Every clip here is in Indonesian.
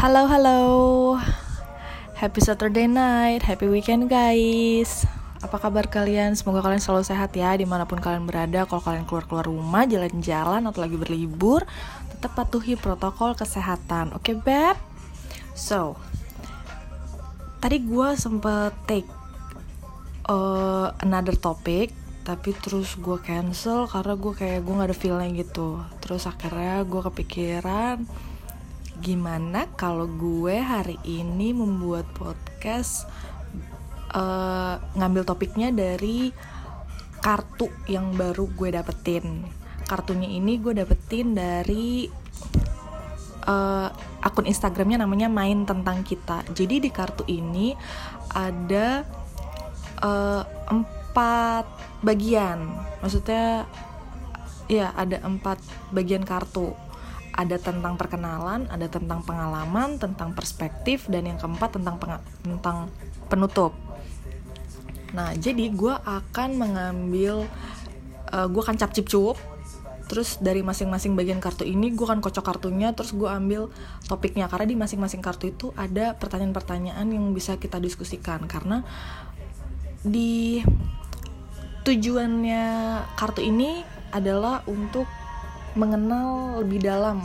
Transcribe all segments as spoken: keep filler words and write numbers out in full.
Halo halo, happy Saturday night, happy weekend guys. Apa kabar kalian? Semoga kalian selalu sehat ya dimanapun kalian berada. Kalau kalian keluar-keluar rumah, jalan-jalan atau lagi berlibur, tetap patuhi protokol kesehatan. Oke okay, beb? So, tadi gue sempet take uh, another topic, tapi terus gue cancel karena gue kayak gue gak ada feeling gitu. Terus akhirnya gue kepikiran, gimana kalau gue hari ini membuat podcast uh, ngambil topiknya dari kartu yang baru gue dapetin. Kartunya ini gue dapetin dari uh, akun Instagramnya namanya Main Tentang Kita. Jadi di kartu ini ada uh, empat bagian. Maksudnya ya ada empat bagian kartu. Ada tentang perkenalan, ada tentang pengalaman, tentang perspektif, dan yang keempat tentang peng- tentang penutup. Nah, jadi gue akan mengambil, uh, gue akan cap-cip-cup, terus dari masing-masing bagian kartu ini gue akan kocok kartunya, terus gue ambil topiknya. Karena di masing-masing kartu itu ada pertanyaan-pertanyaan yang bisa kita diskusikan. Karena di tujuannya kartu ini adalah untuk mengenal lebih dalam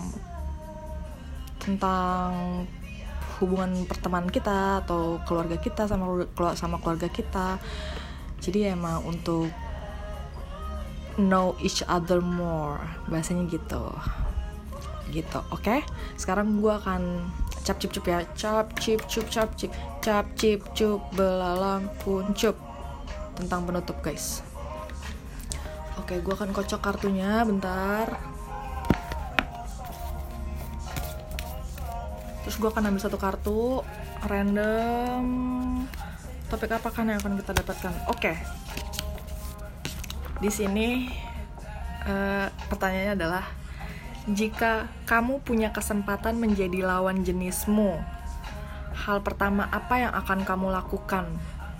tentang hubungan pertemanan kita atau keluarga kita sama sama keluarga kita. Jadi emang untuk know each other more, bahasanya gitu. Gitu, oke? Okay? Sekarang gue akan cap cip cup ya, cap cip cup cap cip cap cip cup belalang kuncup tentang penutup guys. Oke, okay, gue akan kocok kartunya bentar. Terus gue akan ambil satu kartu random. Topik apa kan yang akan kita dapatkan? Oke. Okay. Di sini uh, pertanyaannya adalah, jika kamu punya kesempatan menjadi lawan jenismu, hal pertama apa yang akan kamu lakukan?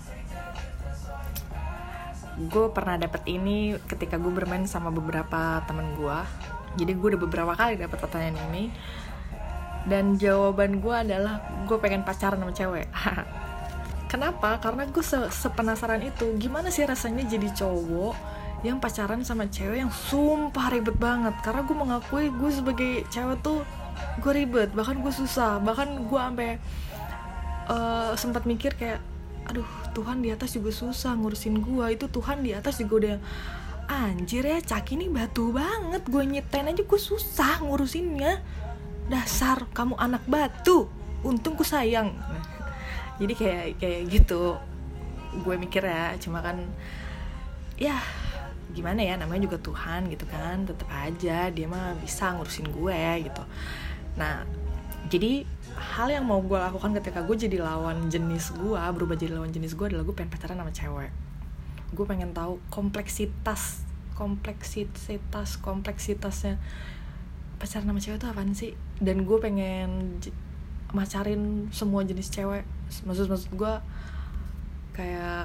Gue pernah dapet ini ketika gue bermain sama beberapa temen gue. Jadi gue udah beberapa kali dapet pertanyaan ini. Dan jawaban gue adalah gue pengen pacaran sama cewek. Kenapa? Karena gue se- sepenasaran itu. Gimana sih rasanya jadi cowok yang pacaran sama cewek yang sumpah ribet banget. Karena gue mengakui gue sebagai cewek tuh gue ribet, bahkan gue susah. Bahkan gue sampai uh, sempat mikir kayak, aduh Tuhan di atas juga susah ngurusin gue. Itu Tuhan di atas juga udah, anjir ya Caki nih batu banget, gue nyetain aja gue susah ngurusinnya. Dasar kamu anak batu, untung ku sayang. Jadi kayak kayak gitu gue mikir ya. Cuma kan ya gimana ya, namanya juga Tuhan gitu kan, tetap aja dia mah bisa ngurusin gue gitu. Nah, jadi hal yang mau gue lakukan ketika gue jadi lawan jenis gue, berubah jadi lawan jenis gue adalah gue pengen pacaran sama cewek. Gue pengen tahu kompleksitas kompleksitas kompleksitasnya pacaran sama cewek itu apaan sih. Dan gue pengen j- macarin semua jenis cewek. Maksud-maksud gue kayak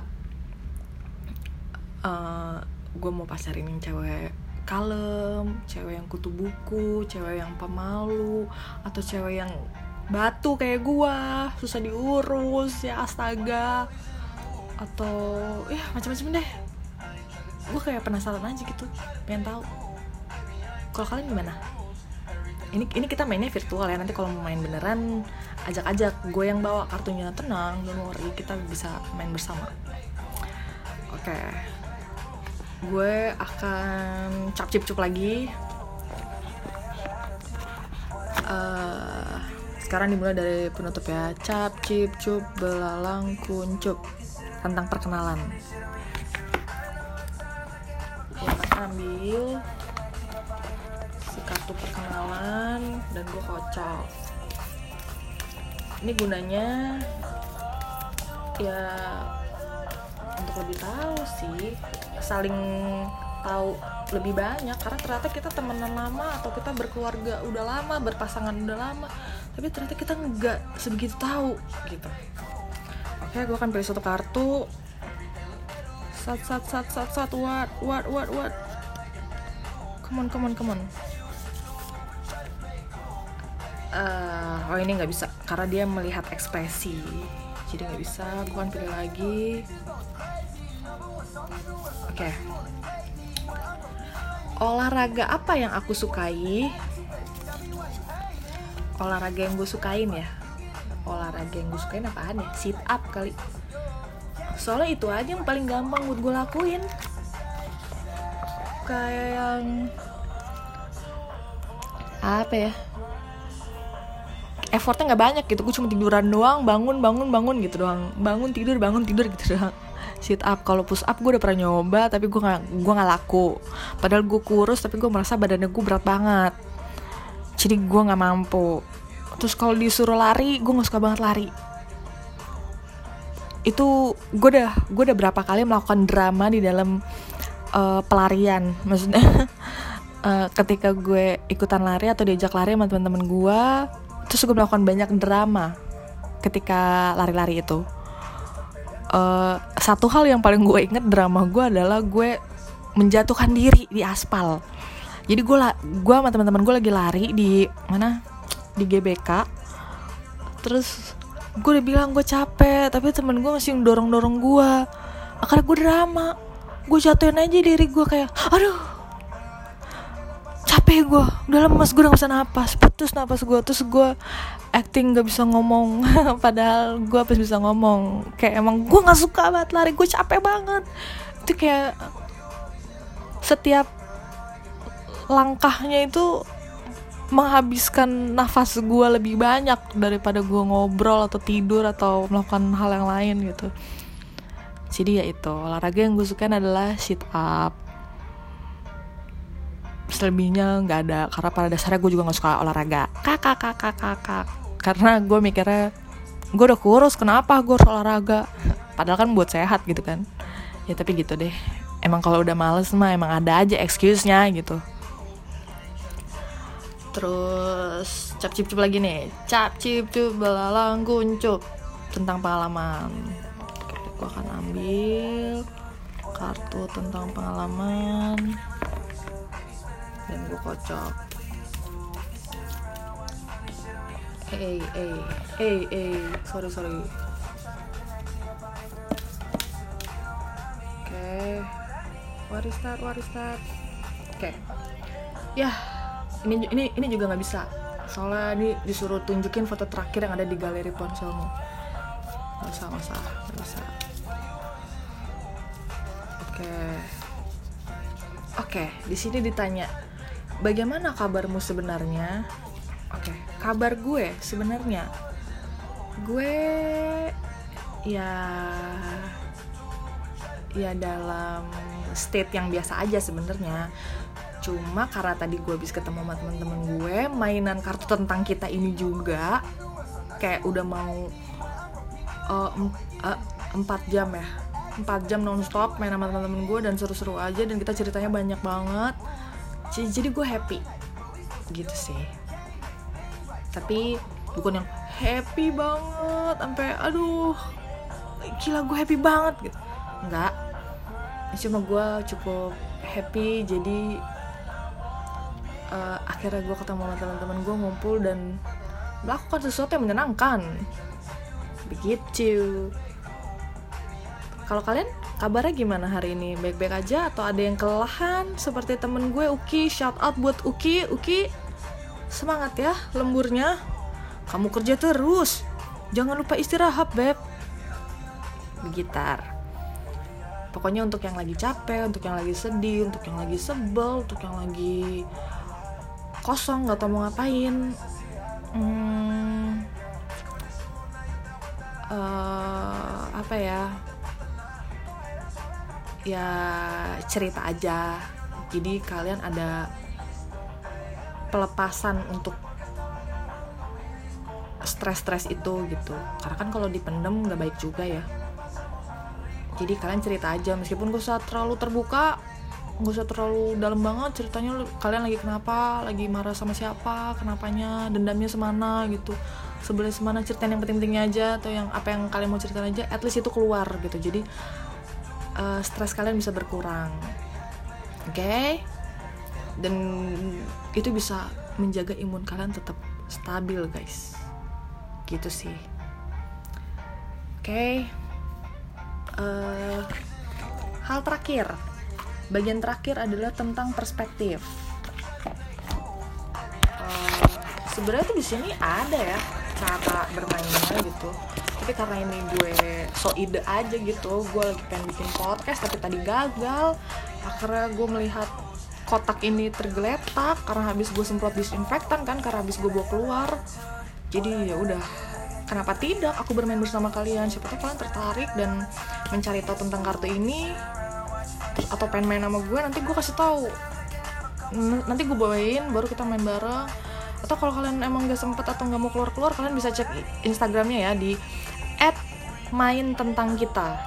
uh, gue mau pacarin yang cewek kalem, cewek yang kutu buku, cewek yang pemalu, atau cewek yang batu kayak gue, susah diurus ya astaga, atau ya macam-macam deh. Gue kayak penasaran aja gitu, pengen tahu. Kalau kalian gimana? Ini ini kita mainnya virtual ya. Nanti kalau mau main beneran ajak-ajak, gue yang bawa kartunya. Tenang, don't worry, kita bisa main bersama. Oke. Okay. Gue akan cap-cip-cup lagi. Uh, sekarang dimulai dari penutup ya. Cap-cip-cup belalang kuncup tentang perkenalan. Gue akan ambil kartu perkenalan dan gue kocok. Ini gunanya ya untuk lebih tahu sih, saling tahu lebih banyak. Karena ternyata kita temenan lama atau kita berkeluarga udah lama, berpasangan udah lama, tapi ternyata kita nggak sebegitu tahu gitu. Oke, gue akan pilih satu kartu. Sat sat sat sat sat what what what what. Come on come on come on. Uh, oh ini nggak bisa karena dia melihat ekspresi, jadi nggak bisa. Gue kan pilih lagi. Oke, okay. Olahraga apa yang aku sukai? Olahraga yang gue sukain ya, olahraga yang gue sukain apaan ya? Sit up kali. Soalnya itu aja yang paling gampang buat gue lakuin. Kayak yang apa ya, effortnya nggak banyak gitu. Gue cuma tiduran doang, bangun bangun bangun gitu doang, bangun tidur bangun tidur gitu doang. Sit up. Kalau push up gue udah pernah nyoba tapi gue nggak gue nggak laku. Padahal gue kurus tapi gue merasa badannya gue berat banget, jadi gue nggak mampu. Terus kalau disuruh lari, gue nggak suka banget lari. Itu gue udah gue udah berapa kali melakukan drama di dalam uh, pelarian, maksudnya uh, ketika gue ikutan lari atau diajak lari sama teman-teman gue, terus gue melakukan banyak drama ketika lari-lari itu. Uh, satu hal yang paling gue inget drama gue adalah gue menjatuhkan diri di aspal. Jadi gue la- gue sama teman-teman gue lagi lari di mana, di G B K. Terus gue udah bilang gue capek, tapi temen gue masih dorong-dorong gue. Akhirnya gue drama, gue jatuhin aja diri gue kayak, aduh, capek gue, udah lemes, gue udah gak bisa napas, putus napas gue. Terus gue acting gak bisa ngomong, padahal gue pas bisa ngomong. Kayak emang gue gak suka banget lari, gue capek banget. Itu kayak setiap langkahnya itu menghabiskan nafas gue lebih banyak daripada gue ngobrol atau tidur atau melakukan hal yang lain gitu. Jadi ya itu, olahraga yang gue sukain adalah sit up. Selebihnya nggak ada, karena pada dasarnya gue juga nggak suka olahraga. Kakak kakak kakak. Karena gue mikirnya gue udah kurus, kenapa gue harus olahraga? Padahal kan buat sehat gitu kan. Ya tapi gitu deh. Emang kalau udah males mah emang ada aja excuse-nya gitu. Terus cap cip cup lagi nih, cap cip cup belalang kuncup tentang pengalaman. Oke, gue akan ambil kartu tentang pengalaman dan gue kocok. Eh eh eh eh sorry sorry. Oke, what is that what is that? Oke, ya. Ini ini ini juga nggak bisa, soalnya ini disuruh tunjukin foto terakhir yang ada di galeri ponselmu. Nggak usah nggak usah nggak bisa. Oke oke di sini ditanya bagaimana kabarmu sebenarnya. Oke, kabar gue sebenarnya gue ya ya dalam state yang biasa aja sebenarnya. Cuma karena tadi gue habis ketemu sama teman-teman gue, mainan kartu tentang kita ini juga kayak udah mau uh, uh, empat jam ya, empat jam nonstop main sama teman-teman gue dan seru-seru aja, dan kita ceritanya banyak banget. Jadi, jadi gue happy gitu sih. Tapi bukan yang happy banget sampai aduh gila gue happy banget gitu. Enggak. Cuma gue cukup happy jadi Uh, akhirnya gue ketemu sama teman-teman gue, ngumpul dan melakukan sesuatu yang menyenangkan. Begitu. Kalau kalian kabarnya gimana hari ini? Baik-baik aja atau ada yang kelelahan seperti temen gue Uki? Shout out buat Uki. Uki semangat ya lemburnya, kamu kerja terus, jangan lupa istirahat beb. Begitar. Pokoknya untuk yang lagi capek, untuk yang lagi sedih, untuk yang lagi sebel, untuk yang lagi kosong nggak tahu mau ngapain, hmm, uh, apa ya ya cerita aja. Jadi kalian ada pelepasan untuk stres-stres itu gitu. Karena kan kalau dipendem nggak baik juga ya. Jadi kalian cerita aja, meskipun gak usah terlalu terbuka, gak usah terlalu dalam banget ceritanya. Kalian lagi kenapa, lagi marah sama siapa, kenapanya, dendamnya semana gitu, sebelnya semana, ceritain yang penting-pentingnya aja, atau yang apa yang kalian mau ceritain aja, at least itu keluar gitu. Jadi uh, stres kalian bisa berkurang, oke okay? Dan itu bisa menjaga imun kalian tetap stabil guys. gitu sih. Oke, okay. uh, hal terakhir, bagian terakhir adalah tentang perspektif. Uh, sebenarnya tuh di sini ada ya cara bermainnya gitu, tapi karena ini gue so ide aja gitu, gue lagi pengen bikin podcast tapi tadi gagal. Akhirnya gue melihat kotak ini tergeletak karena habis gue semprot disinfektan kan, karena habis gue bawa keluar. Jadi ya udah, kenapa tidak aku bermain bersama kalian? Siapa tahu kalian tertarik dan mencari tahu tentang kartu ini, atau pengen main sama gue. Nanti gue kasih tahu, nanti gue bawain, baru kita main bareng. Atau kalau kalian emang gak sempet atau gak mau keluar-keluar, kalian bisa cek Instagramnya ya di et main tentang kita.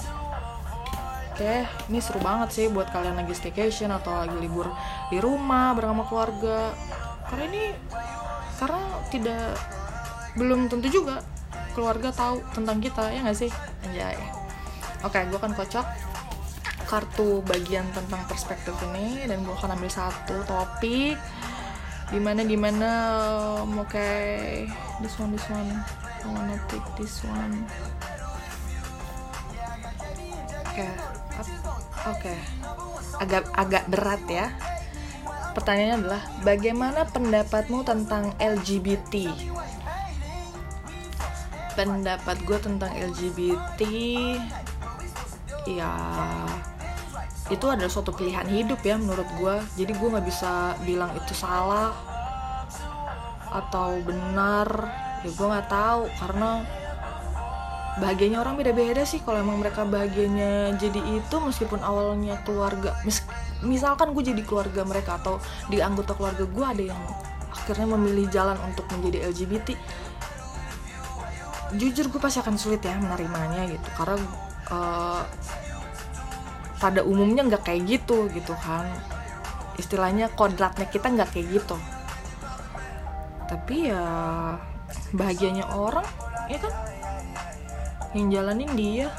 Oke, ini seru banget sih buat kalian lagi staycation atau lagi libur di rumah bersama keluarga. Karena ini karena tidak belum tentu juga keluarga tahu tentang kita, ya nggak sih? Anjay. Oke, gue akan kocok kartu bagian tentang perspektif ini dan gue akan ambil satu topik dimana dimana oke okay, this one this one I wanna take this one. Oke, okay. oke, okay. agak agak berat ya. Pertanyaannya adalah, bagaimana pendapatmu tentang L G B T? Pendapat gue tentang L G B T, ya itu adalah suatu pilihan hidup ya menurut gue. Jadi gue nggak bisa bilang itu salah atau benar. Ya gue nggak tahu, karena bahagianya orang beda-beda sih. Kalau emang mereka bahagianya jadi itu, meskipun awalnya keluarga, mis- misalkan gue jadi keluarga mereka atau di anggota keluarga gue ada yang akhirnya memilih jalan untuk menjadi L G B T, jujur gue pasti akan sulit ya menerimanya gitu, karena uh, pada umumnya nggak kayak gitu gitu kan, istilahnya kodratnya kita nggak kayak gitu. Tapi ya bahagianya orang ya kan yang jalanin dia.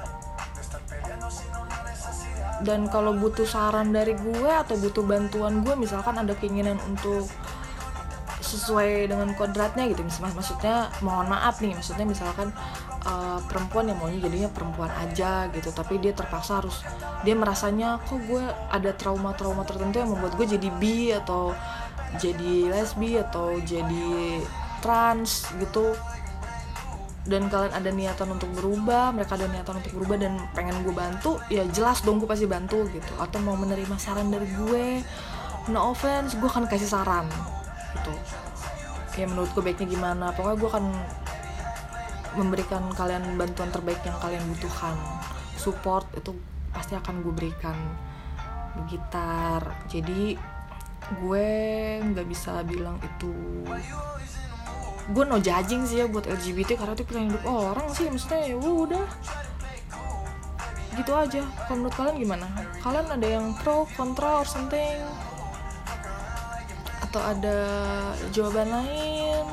Dan kalau butuh saran dari gue atau butuh bantuan gue, misalkan ada keinginan untuk sesuai dengan kodratnya gitu, misalnya maksudnya mohon maaf nih, maksudnya misalkan uh, perempuan yang maunya jadinya perempuan aja gitu, tapi dia terpaksa harus, dia merasanya kok gue ada trauma-trauma tertentu yang membuat gue jadi bi atau jadi lesbi atau jadi trans gitu, dan kalian ada niatan untuk berubah, mereka ada niatan untuk berubah dan pengen gue bantu, ya jelas dong gue pasti bantu gitu. Atau mau menerima saran dari gue, no offense, gue akan kasih saran gitu. Ya menurut gue baiknya gimana, pokoknya gue akan memberikan kalian bantuan terbaik yang kalian butuhkan. Support itu pasti akan gue berikan. Gitar, jadi gue nggak bisa bilang itu, gue no judging sih ya buat L G B T, karena itu pilihan hidup orang sih, maksudnya ya udah gitu aja. Kalau menurut kalian gimana? Kalian ada yang pro, kontra, or something? Atau ada jawaban lain?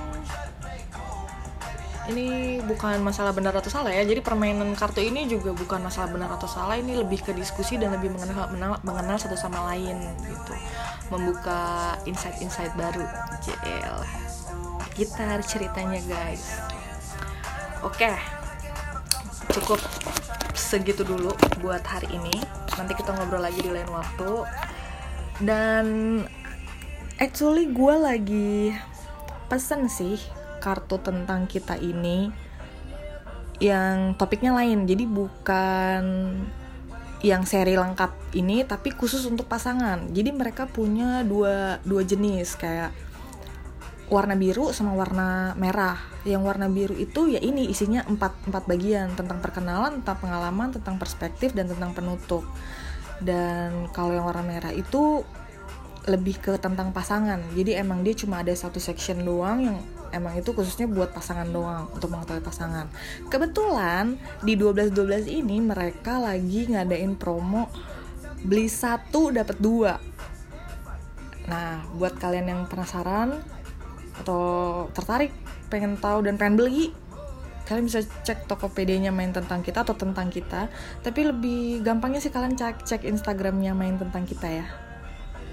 Ini bukan masalah benar atau salah ya, jadi permainan kartu ini juga bukan masalah benar atau salah, ini lebih ke diskusi dan lebih mengenal, mengenal, mengenal satu sama lain gitu, membuka insight-insight baru. J L gitar ceritanya guys. Oke, cukup segitu dulu buat hari ini. Nanti kita ngobrol lagi di lain waktu. Dan actually gue lagi pesen sih kartu tentang kita ini yang topiknya lain. Jadi bukan yang seri lengkap ini, tapi khusus untuk pasangan. Jadi mereka punya dua dua jenis, kayak warna biru sama warna merah. Yang warna biru itu ya ini isinya empat, empat bagian, tentang perkenalan, tentang pengalaman, tentang perspektif, dan tentang penutup. Dan kalau yang warna merah itu lebih ke tentang pasangan. Jadi emang dia cuma ada satu section doang yang emang itu khususnya buat pasangan doang, untuk mengetahui pasangan. Kebetulan di dua belas dua belas ini mereka lagi ngadain promo beli satu dapat dua. Nah, buat kalian yang penasaran atau tertarik, pengen tahu dan pengen beli, kalian bisa cek Tokopedia-nya Main Tentang Kita atau Tentang Kita. Tapi lebih gampangnya sih kalian cek, cek Instagram-nya Main Tentang Kita ya.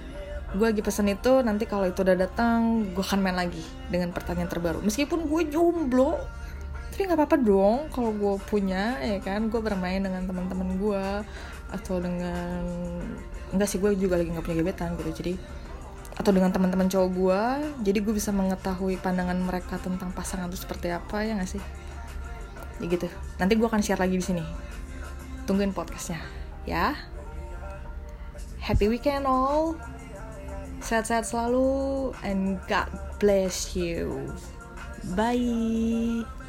gue lagi pesen itu, nanti kalau itu udah datang gue akan main lagi dengan pertanyaan terbaru. Meskipun gue jomblo, tapi nggak apa-apa dong kalau gue punya, ya kan, gue bermain dengan teman-teman gue atau dengan, enggak sih, gue juga lagi nggak punya gebetan gitu, jadi atau dengan teman-teman cowok gue, jadi gue bisa mengetahui pandangan mereka tentang pasangan itu seperti apa, ya nggak sih, ya gitu. Nanti gue akan share lagi di sini, tungguin podcastnya ya. Happy weekend all, sehat-sehat selalu, and God bless you. Bye.